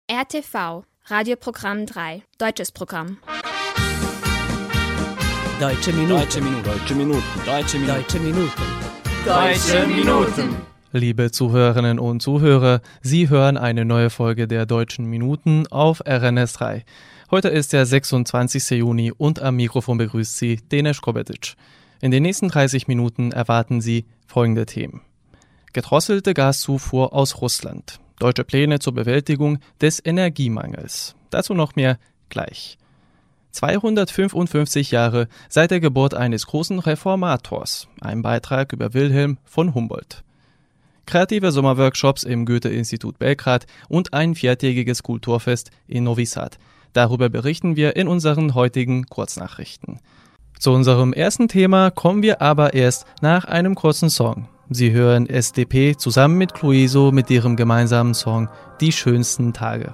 RTV, Radioprogramm 3, deutsches Programm. Deutsche Minuten. Deutsche Minuten. Deutsche Minuten. Deutsche Minuten. Deutsche Minuten. Deutsche Minuten. Liebe Zuhörerinnen und Zuhörer, Sie hören eine neue Folge der Deutschen Minuten auf RNS 3. Heute ist der 26. Juni und am Mikrofon begrüßt Sie Denis Kobetic. In den nächsten 30 Minuten erwarten Sie folgende Themen. Gedrosselte Gaszufuhr aus Russland. Deutsche Pläne zur Bewältigung des Energiemangels. Dazu noch mehr gleich. 255 Jahre seit der Geburt eines großen Reformators. Ein Beitrag über Wilhelm von Humboldt. Kreative Sommerworkshops im Goethe-Institut Belgrad und ein viertägiges Kulturfest in Novi Sad. Darüber berichten wir in unseren heutigen Kurznachrichten. Zu unserem ersten Thema kommen wir aber erst nach einem kurzen Song. Sie hören SDP zusammen mit Clueso mit ihrem gemeinsamen Song Die schönsten Tage.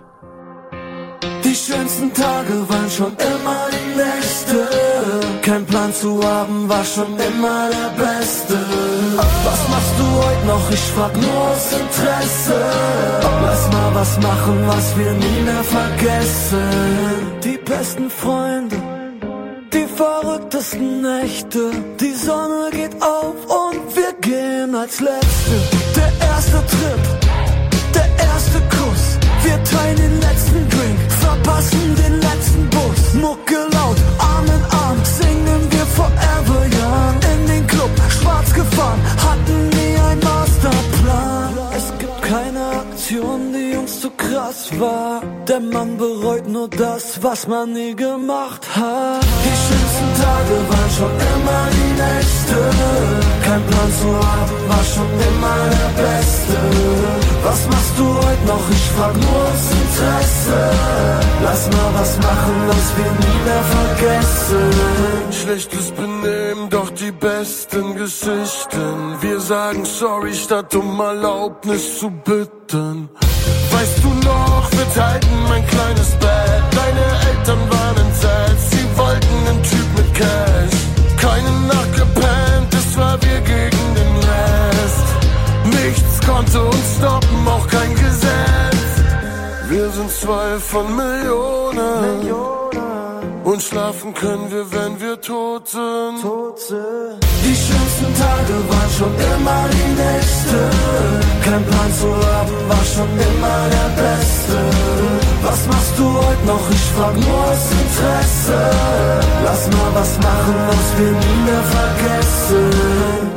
Die schönsten Tage waren schon immer die nächste. Kein Plan zu haben war schon immer der Beste. Was machst du heute noch? Ich frag nur aus Interesse. Lass mal was machen, was wir nie mehr vergessen. Die besten Freunde, die verrücktesten Nächte. Die Sonne geht auf und wir gehen als Letzte. Der erste Trip, der erste Kuss. Wir teilen den letzten Drink, verpassen den letzten Bus. Mucke laut, Arm in Arm, singen wir Forever Young. In den Club, schwarz gefahren, hatten nie einen Masterplan. Es gibt keine Aktion, die uns zu krass war. Der Mann bereut nur das, was man nie gemacht hat. Die schönsten Tage waren schon immer die nächste. Kein Plan zu haben war schon immer der Beste. Was machst du heute noch? Ich frag nur aus Interesse. Lass mal was machen, was wir nie mehr vergessen. Schlechtes Benehmen, doch die besten Geschichten. Wir sagen sorry, statt um Erlaubnis zu bitten. Weißt du noch, wir teilten mein kleines Bett. Deine Eltern waren entsetzt, sie wollten einen Typ mit Cash. Keine Nacht gepennt, es war wir gegen den Rest. Nichts konnte uns stoppen, auch kein Gesetz. Wir sind zwei von Millionen. Und schlafen können wir, wenn wir tot sind. Die schönsten Tage waren schon immer die nächste. Kein Plan zu haben war schon immer der Beste. Was machst du heute noch? Ich frag nur aus Interesse. Lass mal was machen, was wir nie mehr vergessen.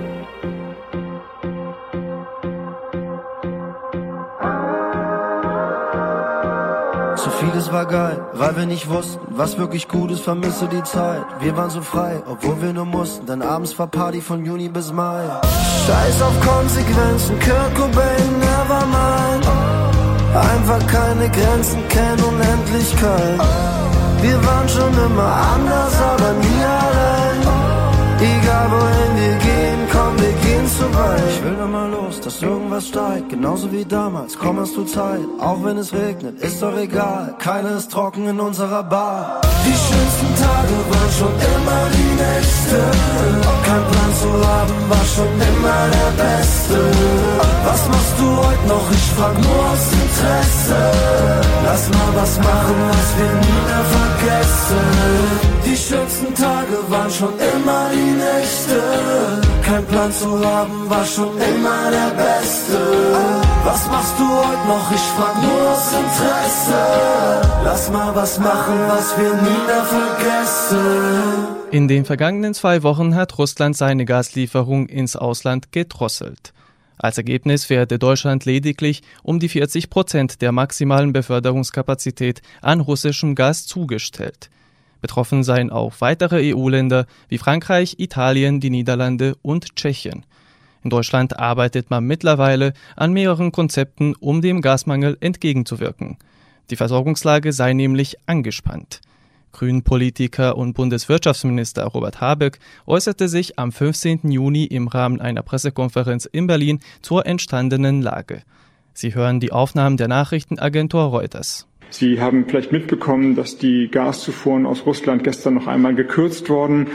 So vieles war geil, weil wir nicht wussten, was wirklich gut ist, vermisse die Zeit. Wir waren so frei, obwohl wir nur mussten, dann abends war Party von Juni bis Mai. Scheiß auf Konsequenzen, Kurt Cobain, Nevermind. Einfach keine Grenzen, kennen Unendlichkeit. Wir waren schon immer anders, aber nie allein. Egal wohin wir gehen, komm, wir gehen zu weit. Ich will doch mal los, dass irgendwas steigt, genauso wie damals, komm, hast du Zeit. Auch wenn es regnet, ist doch egal, keiner ist trocken in unserer Bar. Die schönsten Tage waren schon immer die nächste. Kein Plan zu haben war schon immer der Beste. Was machst du heute noch? Ich frag nur aus Interesse. Lass mal was machen, was wir nie mehr vergessen. Die schönsten Tage waren schon immer die nächste. Kein Plan zu haben war schon immer der Beste. Was machst du heute noch? Ich frag nur aus Interesse. Lass mal was machen, was wir nie mehr vergessen. In den vergangenen 2 Wochen hat Russland seine Gaslieferung ins Ausland gedrosselt. Als Ergebnis werde Deutschland lediglich um die 40% der maximalen Beförderungskapazität an russischem Gas zugestellt. Betroffen seien auch weitere EU-Länder wie Frankreich, Italien, die Niederlande und Tschechien. In Deutschland arbeitet man mittlerweile an mehreren Konzepten, um dem Gasmangel entgegenzuwirken. Die Versorgungslage sei nämlich angespannt. Grünen-Politiker und Bundeswirtschaftsminister Robert Habeck äußerte sich am 15. Juni im Rahmen einer Pressekonferenz in Berlin zur entstandenen Lage. Sie hören die Aufnahmen der Nachrichtenagentur Reuters. Sie haben vielleicht mitbekommen, dass die Gaszufuhren aus Russland gestern noch einmal gekürzt wurden.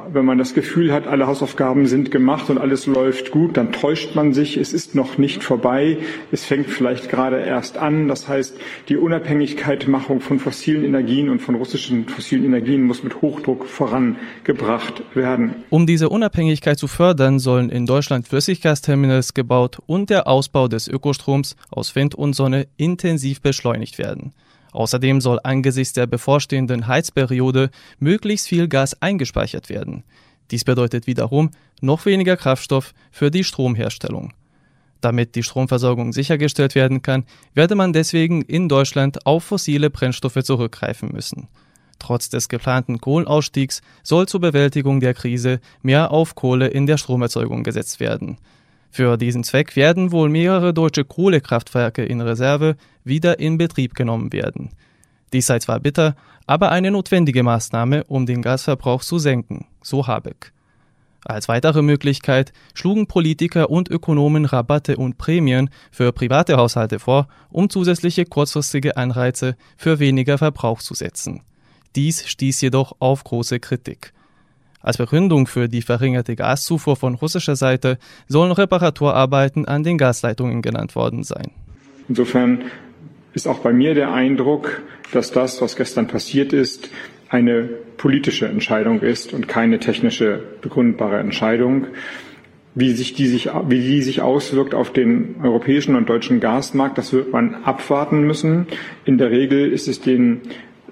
wenn man das Gefühl hat, alle Hausaufgaben sind gemacht und alles läuft gut, dann täuscht man sich. Es ist noch nicht vorbei. Es fängt vielleicht gerade erst an. Das heißt, die Unabhängigkeitmachung von fossilen Energien und von russischen fossilen Energien muss mit Hochdruck vorangebracht werden. Um diese Unabhängigkeit zu fördern, sollen in Deutschland Flüssiggasterminals gebaut und der Ausbau des Ökostroms aus Wind und Sonne intensiv beschleunigt werden. Außerdem soll angesichts der bevorstehenden Heizperiode möglichst viel Gas eingespeichert werden. Dies bedeutet wiederum noch weniger Kraftstoff für die Stromherstellung. Damit die Stromversorgung sichergestellt werden kann, werde man deswegen in Deutschland auf fossile Brennstoffe zurückgreifen müssen. Trotz des geplanten Kohlenausstiegs soll zur Bewältigung der Krise mehr auf Kohle in der Stromerzeugung gesetzt werden. Für diesen Zweck werden wohl mehrere deutsche Kohlekraftwerke in Reserve wieder in Betrieb genommen werden. Dies sei zwar bitter, aber eine notwendige Maßnahme, um den Gasverbrauch zu senken, so Habeck. Als weitere Möglichkeit schlugen Politiker und Ökonomen Rabatte und Prämien für private Haushalte vor, um zusätzliche kurzfristige Anreize für weniger Verbrauch zu setzen. Dies stieß jedoch auf große Kritik. Als Begründung für die verringerte Gaszufuhr von russischer Seite sollen Reparaturarbeiten an den Gasleitungen genannt worden sein. Insofern ist auch bei mir der Eindruck, dass das, was gestern passiert ist, eine politische Entscheidung ist und keine technische begründbare Entscheidung. Wie die sich auswirkt auf den europäischen und deutschen Gasmarkt, das wird man abwarten müssen. In der Regel ist es den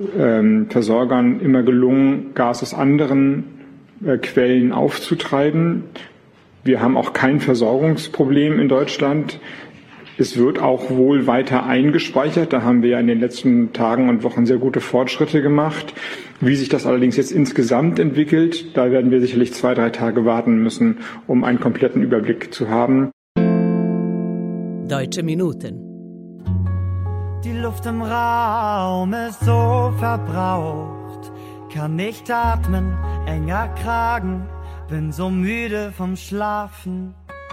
Versorgern immer gelungen, Gas aus anderen Quellen aufzutreiben. Wir haben auch kein Versorgungsproblem in Deutschland. Es wird auch wohl weiter eingespeichert. Da haben wir ja in den letzten Tagen und Wochen sehr gute Fortschritte gemacht. Wie sich das allerdings jetzt insgesamt entwickelt, da werden wir sicherlich 2-3 Tage warten müssen, um einen kompletten Überblick zu haben. Deutsche Minuten. Die Luft im Raum ist so verbraucht, kann nicht atmen, enger Kragen, bin so müde vom Schlafen,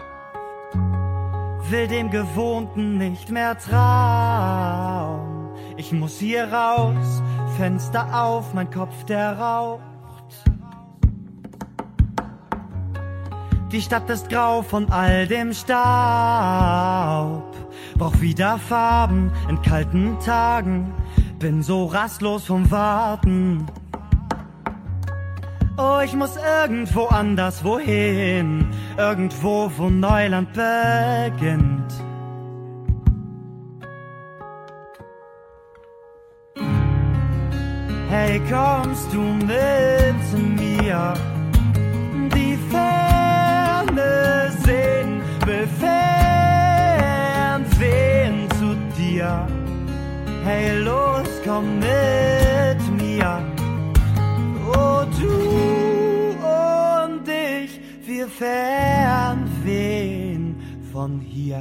will dem Gewohnten nicht mehr trauen. Ich muss hier raus, Fenster auf, mein Kopf der raucht. Die Stadt ist grau von all dem Staub, brauch wieder Farben in kalten Tagen, bin so rastlos vom Warten. Oh, ich muss irgendwo anders wohin, irgendwo, wo Neuland beginnt. Hey, kommst du mit mir? Die Ferne sehen, will Fernsehen zu dir. Hey, los, komm mit mir. Oh, du und ich, wir fernwehen von hier.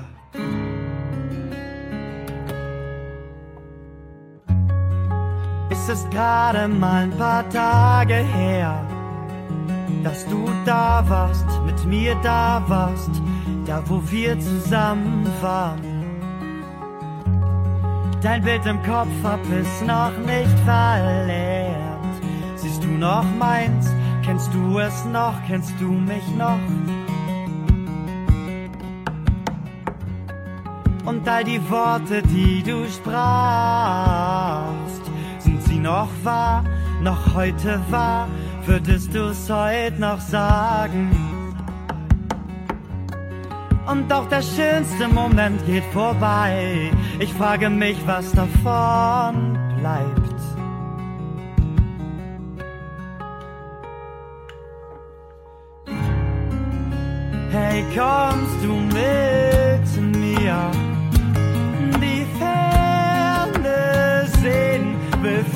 Es ist gerade mal ein paar Tage her, dass du da warst, mit mir da warst, da wo wir zusammen waren. Dein Bild im Kopf hab es noch nicht verlernt. Siehst du noch meins? Kennst du es noch? Kennst du mich noch? Und all die Worte, die du sprachst, sind sie noch wahr? Noch heute wahr? Würdest du's heute noch sagen? Und auch der schönste Moment geht vorbei. Ich frage mich, was davon bleibt. Hey, kommst du mit mir? Die Ferne sehen, will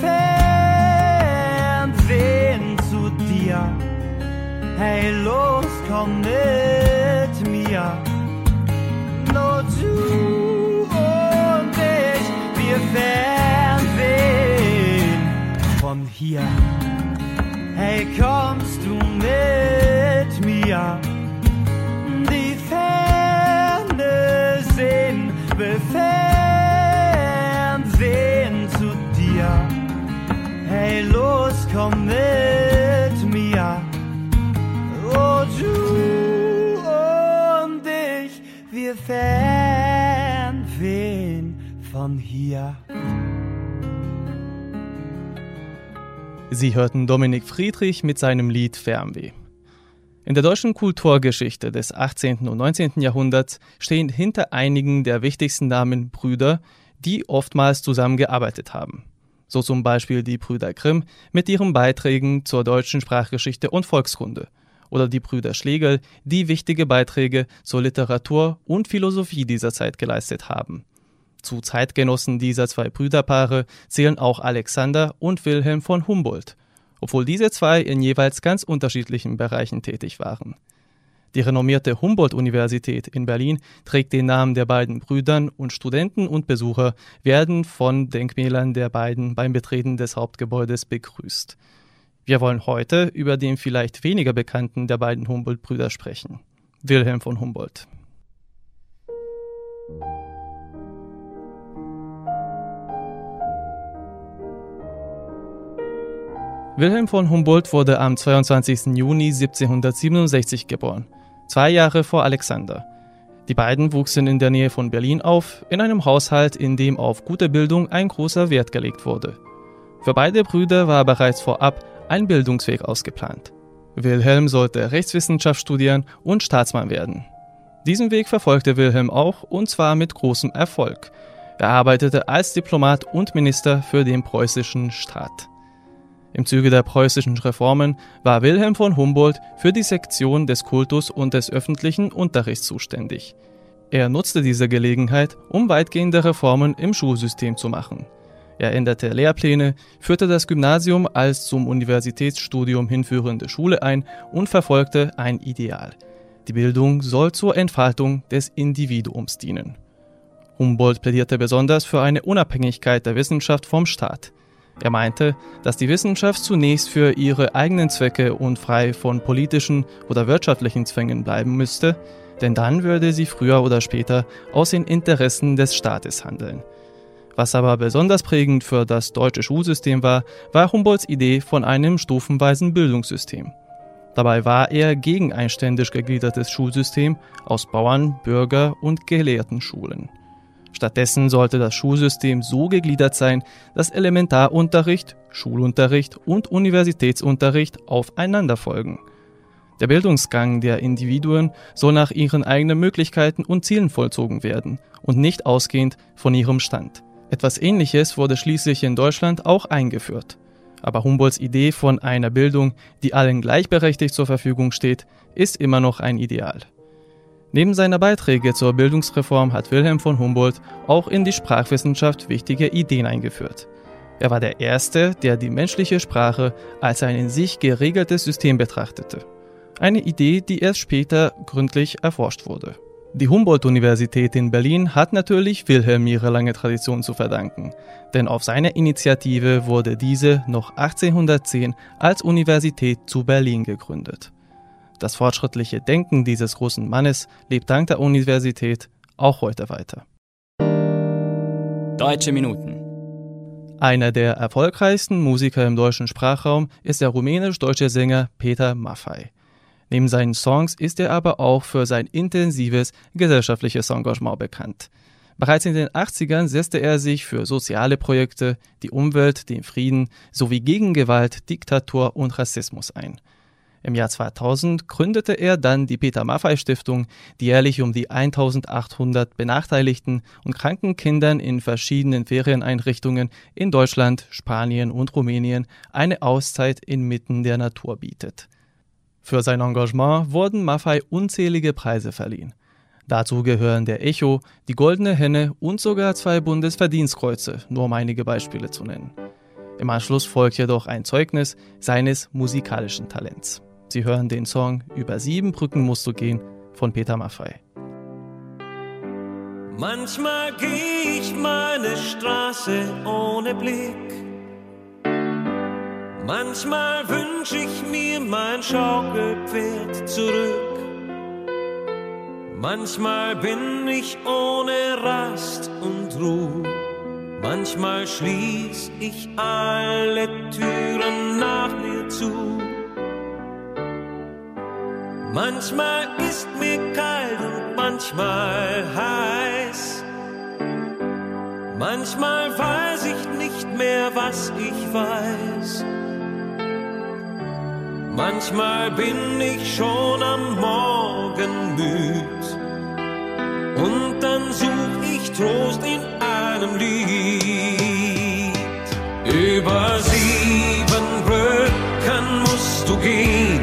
Fernsehen zu dir. Hey, los, komm mit mir. Nur du und ich, wir fernwehen von hier. Hey, kommst du mit mir? Die Ferne sehen, will Fernsehen zu dir. Hey, los, komm mit mir. Sie hörten Dominik Friedrich mit seinem Lied Fernweh. In der deutschen Kulturgeschichte des 18. und 19. Jahrhunderts stehen hinter einigen der wichtigsten Namen Brüder, die oftmals zusammengearbeitet haben. So zum Beispiel die Brüder Grimm mit ihren Beiträgen zur deutschen Sprachgeschichte und Volkskunde oder die Brüder Schlegel, die wichtige Beiträge zur Literatur und Philosophie dieser Zeit geleistet haben. Zu Zeitgenossen dieser zwei Brüderpaare zählen auch Alexander und Wilhelm von Humboldt, obwohl diese zwei in jeweils ganz unterschiedlichen Bereichen tätig waren. Die renommierte Humboldt-Universität in Berlin trägt den Namen der beiden Brüdern und Studenten und Besucher werden von Denkmälern der beiden beim Betreten des Hauptgebäudes begrüßt. Wir wollen heute über den vielleicht weniger bekannten der beiden Humboldt-Brüder sprechen, Wilhelm von Humboldt. Wilhelm von Humboldt wurde am 22. Juni 1767 geboren, 2 Jahre vor Alexander. Die beiden wuchsen in der Nähe von Berlin auf, in einem Haushalt, in dem auf gute Bildung ein großer Wert gelegt wurde. Für beide Brüder war bereits vorab ein Bildungsweg ausgeplant. Wilhelm sollte Rechtswissenschaft studieren und Staatsmann werden. Diesen Weg verfolgte Wilhelm auch, und zwar mit großem Erfolg. Er arbeitete als Diplomat und Minister für den preußischen Staat. Im Zuge der preußischen Reformen war Wilhelm von Humboldt für die Sektion des Kultus und des öffentlichen Unterrichts zuständig. Er nutzte diese Gelegenheit, um weitgehende Reformen im Schulsystem zu machen. Er änderte Lehrpläne, führte das Gymnasium als zum Universitätsstudium hinführende Schule ein und verfolgte ein Ideal. Die Bildung soll zur Entfaltung des Individuums dienen. Humboldt plädierte besonders für eine Unabhängigkeit der Wissenschaft vom Staat. Er meinte, dass die Wissenschaft zunächst für ihre eigenen Zwecke und frei von politischen oder wirtschaftlichen Zwängen bleiben müsste, denn dann würde sie früher oder später aus den Interessen des Staates handeln. Was aber besonders prägend für das deutsche Schulsystem war, war Humboldts Idee von einem stufenweisen Bildungssystem. Dabei war er gegen ein ständisch gegliedertes Schulsystem aus Bauern-, Bürger- und Gelehrtenschulen. Stattdessen sollte das Schulsystem so gegliedert sein, dass Elementarunterricht, Schulunterricht und Universitätsunterricht aufeinander folgen. Der Bildungsgang der Individuen soll nach ihren eigenen Möglichkeiten und Zielen vollzogen werden und nicht ausgehend von ihrem Stand. Etwas Ähnliches wurde schließlich in Deutschland auch eingeführt. Aber Humboldts Idee von einer Bildung, die allen gleichberechtigt zur Verfügung steht, ist immer noch ein Ideal. Neben seiner Beiträge zur Bildungsreform hat Wilhelm von Humboldt auch in die Sprachwissenschaft wichtige Ideen eingeführt. Er war der Erste, der die menschliche Sprache als ein in sich geregeltes System betrachtete. Eine Idee, die erst später gründlich erforscht wurde. Die Humboldt-Universität in Berlin hat natürlich Wilhelm ihre lange Tradition zu verdanken, denn auf seine Initiative wurde diese noch 1810 als Universität zu Berlin gegründet. Das fortschrittliche Denken dieses großen Mannes lebt dank der Universität auch heute weiter. Deutsche Minuten. Einer der erfolgreichsten Musiker im deutschen Sprachraum ist der rumänisch-deutsche Sänger Peter Maffay. Neben seinen Songs ist er aber auch für sein intensives gesellschaftliches Engagement bekannt. Bereits in den 80ern setzte er sich für soziale Projekte, die Umwelt, den Frieden sowie gegen Gewalt, Diktatur und Rassismus ein. Im Jahr 2000 gründete er dann die Peter-Maffay-Stiftung, die jährlich um die 1800 benachteiligten und kranken Kindern in verschiedenen Ferieneinrichtungen in Deutschland, Spanien und Rumänien eine Auszeit inmitten der Natur bietet. Für sein Engagement wurden Maffay unzählige Preise verliehen. Dazu gehören der Echo, die Goldene Henne und sogar 2 Bundesverdienstkreuze, nur um einige Beispiele zu nennen. Im Anschluss folgt jedoch ein Zeugnis seines musikalischen Talents. Sie hören den Song »Über 7 Brücken musst du gehen« von Peter Maffay. Manchmal geh ich meine Straße ohne Blick. Manchmal wünsch ich mir mein Schaukelpferd zurück. Manchmal bin ich ohne Rast und Ruhe. Manchmal schließ ich alle Türen nach mir zu. Manchmal ist mir kalt und manchmal heiß. Manchmal weiß ich nicht mehr, was ich weiß. Manchmal bin ich schon am Morgen müd und dann such ich Trost in einem Lied. Über 7 Brücken musst du gehen,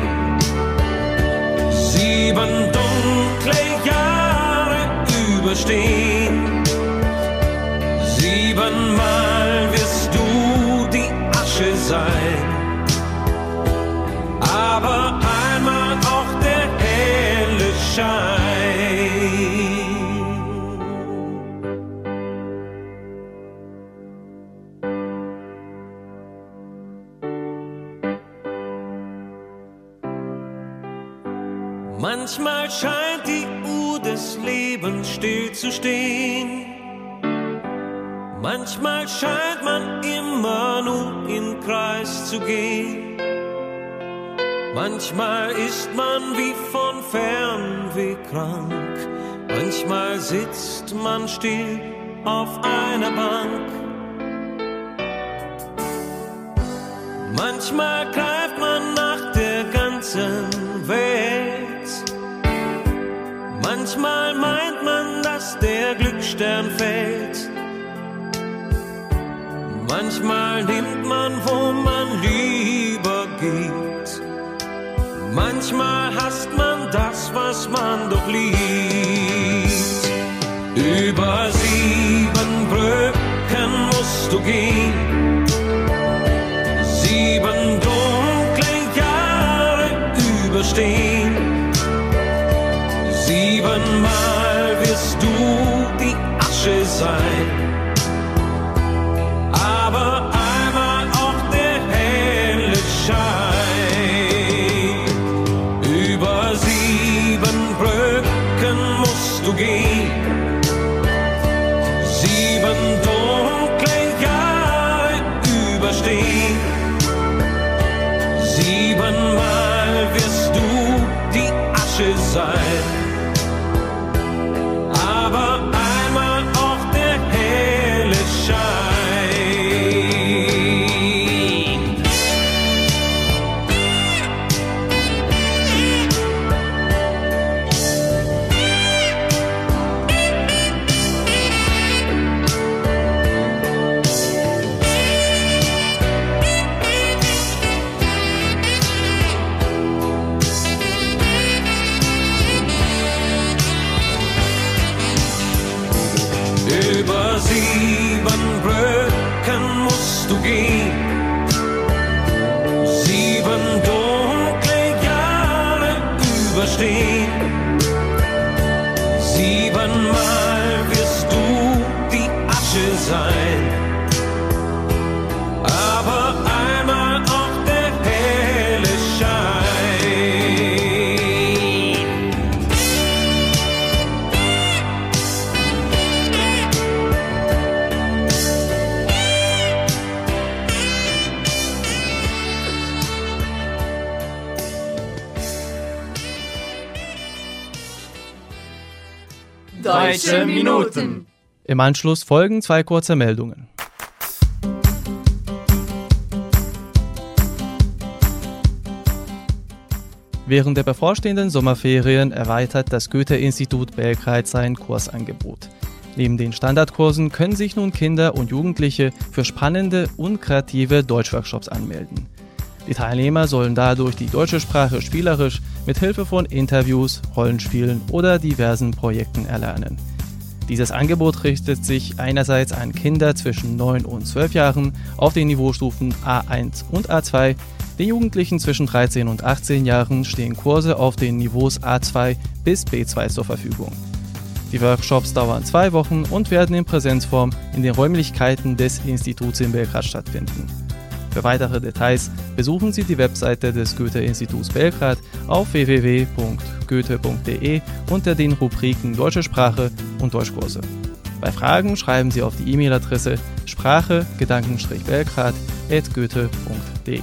7 dunkle Jahre überstehen. 7-mal wirst du die Asche sein, aber einmal auch der helle Schein. Manchmal scheint die Uhr des Lebens still zu stehen. Manchmal scheint man immer nur im Kreis zu gehen. Manchmal ist man wie von Fernweh krank. Manchmal sitzt man still auf einer Bank. Manchmal greift man nach der ganzen Welt. Manchmal meint man, dass der Glücksstern fällt. Manchmal nimmt man, wo man lieber geht. Manchmal hasst man das, was man doch liebt. Über 7 Brücken musst du gehen, 7 dunkle Jahre überstehen. 7-mal wirst du die Asche sein, aber einmal auch der helle Schein. Über 7 Brücken musst du gehen, 7 dunkle Jahre überstehen. 7-mal wirst du die Asche sein, aber einmal auch der helle Schein. Über 7 Brücken musst du gehen, 7 dunkle Jahre überstehen. 7-mal wirst du die Asche sein, aber einmal auch der helle Schein. Deutsche Minuten. Im Anschluss folgen 2 kurze Meldungen. Während der bevorstehenden Sommerferien erweitert das Goethe-Institut Belgrad sein Kursangebot. Neben den Standardkursen können sich nun Kinder und Jugendliche für spannende und kreative Deutschworkshops anmelden. Die Teilnehmer sollen dadurch die deutsche Sprache spielerisch mit Hilfe von Interviews, Rollenspielen oder diversen Projekten erlernen. Dieses Angebot richtet sich einerseits an Kinder zwischen 9 und 12 Jahren auf den Niveaustufen A1 und A2. Den Jugendlichen zwischen 13 und 18 Jahren stehen Kurse auf den Niveaus A2 bis B2 zur Verfügung. Die Workshops dauern 2 Wochen und werden in Präsenzform in den Räumlichkeiten des Instituts in Belgrad stattfinden. Für weitere Details besuchen Sie die Webseite des Goethe-Instituts Belgrad auf www.goethe.de unter den Rubriken Deutsche Sprache und Deutschkurse. Bei Fragen schreiben Sie auf die E-Mail-Adresse sprache-belgrad@goethe.de.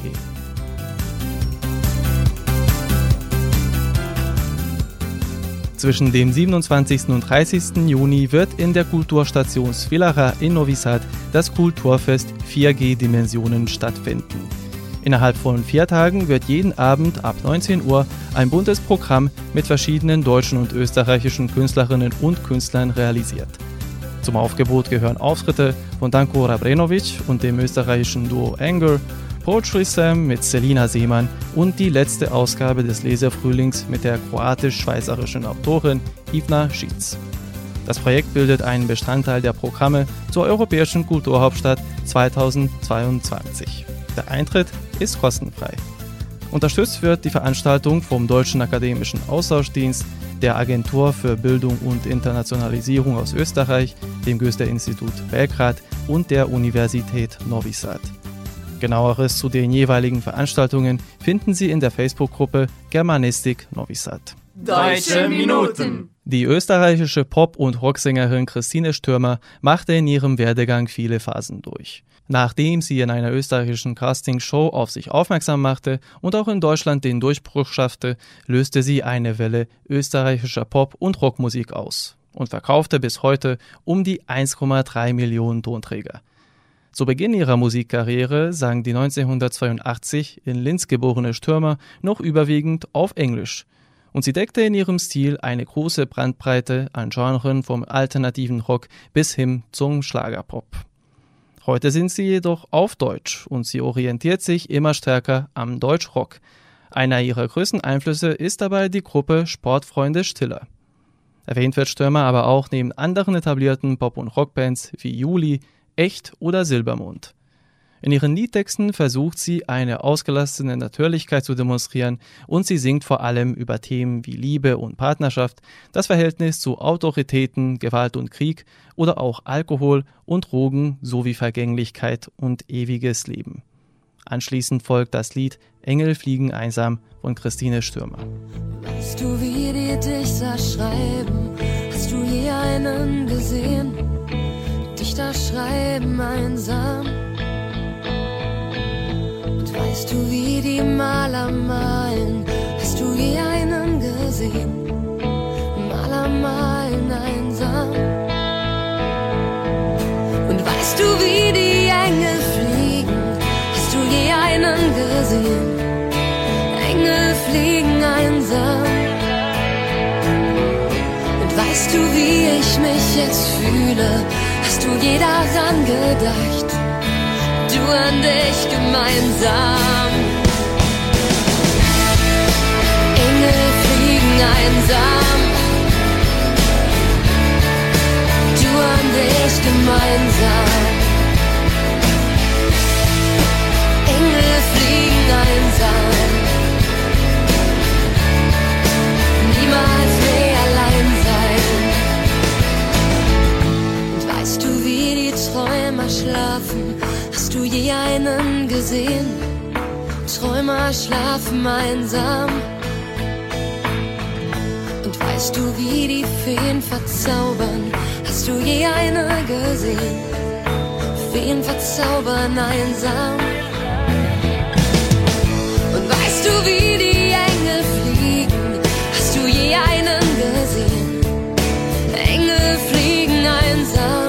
Zwischen dem 27. und 30. Juni wird in der Kulturstation Svilara in Novi Sad das Kulturfest 4G Dimensionen stattfinden. Innerhalb von 4 Tagen wird jeden Abend ab 19 Uhr ein buntes Programm mit verschiedenen deutschen und österreichischen Künstlerinnen und Künstlern realisiert. Zum Aufgebot gehören Auftritte von Danko Rabrenovic und dem österreichischen Duo Anger, Poetry Slam mit Selina Seemann und die letzte Ausgabe des Leserfrühlings mit der kroatisch-schweizerischen Autorin Ivna Šic. Das Projekt bildet einen Bestandteil der Programme zur Europäischen Kulturhauptstadt 2022. Der Eintritt ist kostenfrei. Unterstützt wird die Veranstaltung vom Deutschen Akademischen Austauschdienst, der Agentur für Bildung und Internationalisierung aus Österreich, dem Goethe-Institut Belgrad und der Universität Novi Sad. Genaueres zu den jeweiligen Veranstaltungen finden Sie in der Facebook-Gruppe Germanistik Novi Sad. Deutsche Minuten. Die österreichische Pop- und Rocksängerin Christine Stürmer machte in ihrem Werdegang viele Phasen durch. Nachdem sie in einer österreichischen Castingshow auf sich aufmerksam machte und auch in Deutschland den Durchbruch schaffte, löste sie eine Welle österreichischer Pop- und Rockmusik aus und verkaufte bis heute um die 1,3 Millionen Tonträger. Zu Beginn ihrer Musikkarriere sang die 1982 in Linz geborene Stürmer noch überwiegend auf Englisch. Und sie deckte in ihrem Stil eine große Bandbreite an Genren vom alternativen Rock bis hin zum Schlagerpop. Heute sind sie jedoch auf Deutsch und sie orientiert sich immer stärker am Deutschrock. Einer ihrer größten Einflüsse ist dabei die Gruppe Sportfreunde Stiller. Erwähnt wird Stürmer aber auch neben anderen etablierten Pop- und Rockbands wie Juli, Echt oder Silbermond. In ihren Liedtexten versucht sie, eine ausgelassene Natürlichkeit zu demonstrieren und sie singt vor allem über Themen wie Liebe und Partnerschaft, das Verhältnis zu Autoritäten, Gewalt und Krieg oder auch Alkohol und Drogen sowie Vergänglichkeit und ewiges Leben. Anschließend folgt das Lied Engel fliegen einsam von Christine Stürmer. Weißt du, wie die Dichter schreiben? Hast du je einen gesehen? Dichter schreiben einsam. Und weißt du, wie die Maler malen? Hast du je einen gesehen? Maler malen einsam. Und weißt du, wie die Engel fliegen? Hast du je einen gesehen? Engel fliegen einsam. Und weißt du, wie ich mich jetzt fühle? Hast du je daran gedacht? Du und ich gemeinsam. Engel fliegen einsam. Du und ich gemeinsam. Engel fliegen einsam. Niemals mehr allein sein. Und weißt du, wie die Träumer schlafen? Hast du je einen gesehen? Träumer schlafen einsam. Und weißt du, wie die Feen verzaubern? Hast du je eine gesehen? Feen verzaubern einsam. Und weißt du, wie die Engel fliegen? Hast du je einen gesehen? Engel fliegen einsam.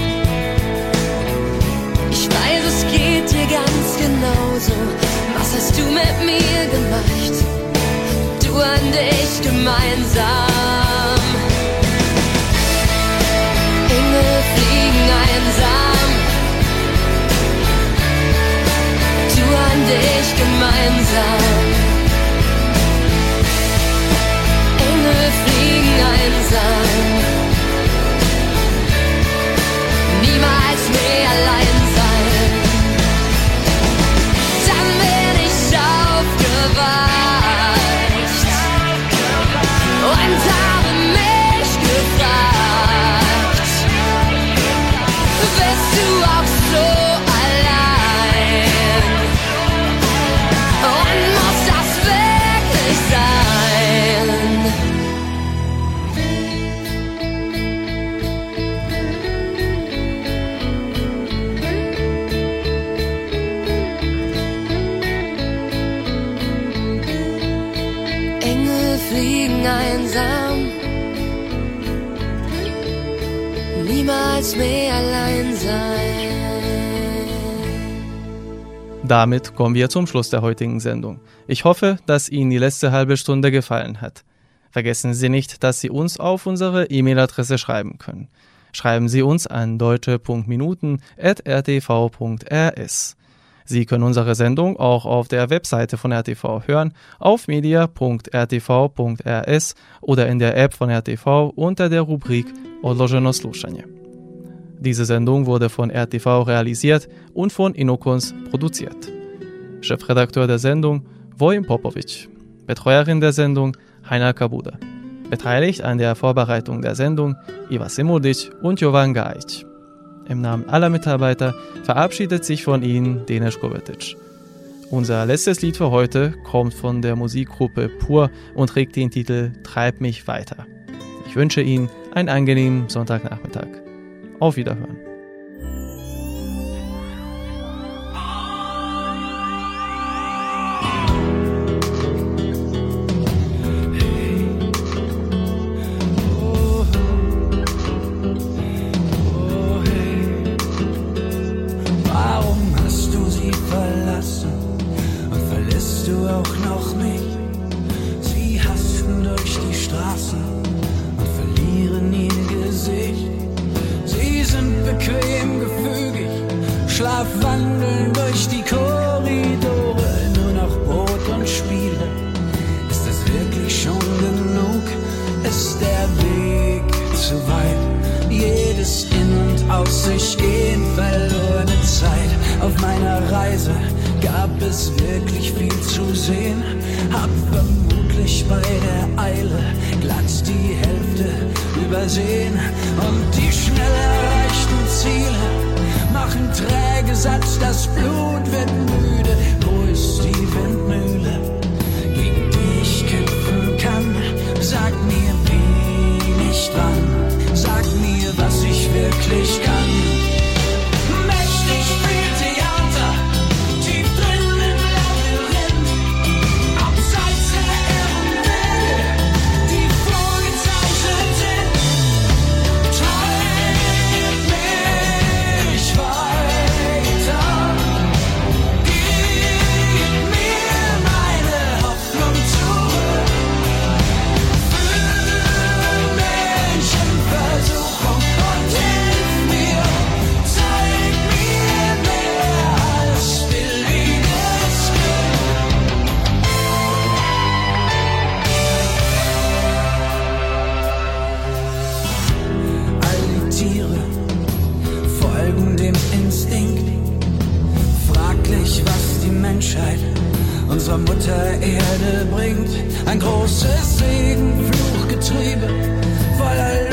Ich weiß, es geht dir ganz genauso. Was hast du mit mir gemacht? Du und ich gemeinsam. Engel fliegen einsam. Du und ich gemeinsam. Engel fliegen einsam. Niemals mehr allein sein. Dann bin ich aufgewacht und habe mich gefragt, bist du auch so allein? Und muss das wirklich sein? Fliegen einsam, niemals mehr allein sein. Damit kommen wir zum Schluss der heutigen Sendung. Ich hoffe, dass Ihnen die letzte halbe Stunde gefallen hat. Vergessen Sie nicht, dass Sie uns auf unsere E-Mail-Adresse schreiben können. Schreiben Sie uns an deutsche.minuten@rtv.rs. Sie können unsere Sendung auch auf der Webseite von RTV hören, auf media.rtv.rs oder in der App von RTV unter der Rubrik Odloženo slušanje. Diese Sendung wurde von RTV realisiert und von Inokons produziert. Chefredakteur der Sendung Vojin Popović, Betreuerin der Sendung Heiner Kabuda. Beteiligt an der Vorbereitung der Sendung Iva Simudic und Jovan Gajic. Im Namen aller Mitarbeiter verabschiedet sich von Ihnen Denis Kovetic. Unser letztes Lied für heute kommt von der Musikgruppe Pur und trägt den Titel Treib mich weiter. Ich wünsche Ihnen einen angenehmen Sonntagnachmittag. Auf Wiederhören. Schlafwandeln durch die Korridore, nur noch Brot und Spiele. Ist das wirklich schon genug? Ist der Weg zu weit? Jedes In- und Aus sich gehen, verlorene Zeit. Auf meiner Reise gab es wirklich viel zu sehen. Hab vermutlich bei der Eile glatt die Hälfte übersehen. Und die schnell erreichten Ziele machen träge satt, das Blut wird müde. Wo ist die Windmühle, gegen die ich kämpfen kann? Sag mir, wie, nicht wann. Sag mir, was ich wirklich kann. Mächtig spielt Theater, tief drin im Labyrinth. Abseits der Irrenwege, die vorgezeichnet sind. Treib mich weiter, gib mir meine Hoffnung zurück. Fühl mich in Versuchung und hilf mir. Zeig mir mehr als billiges Glück. All die Tiere folgen dem Instinkt. Fraglich, was die Menschheit unserer Mutter Erde bringt. Ein großes Segenfluchgetriebe voller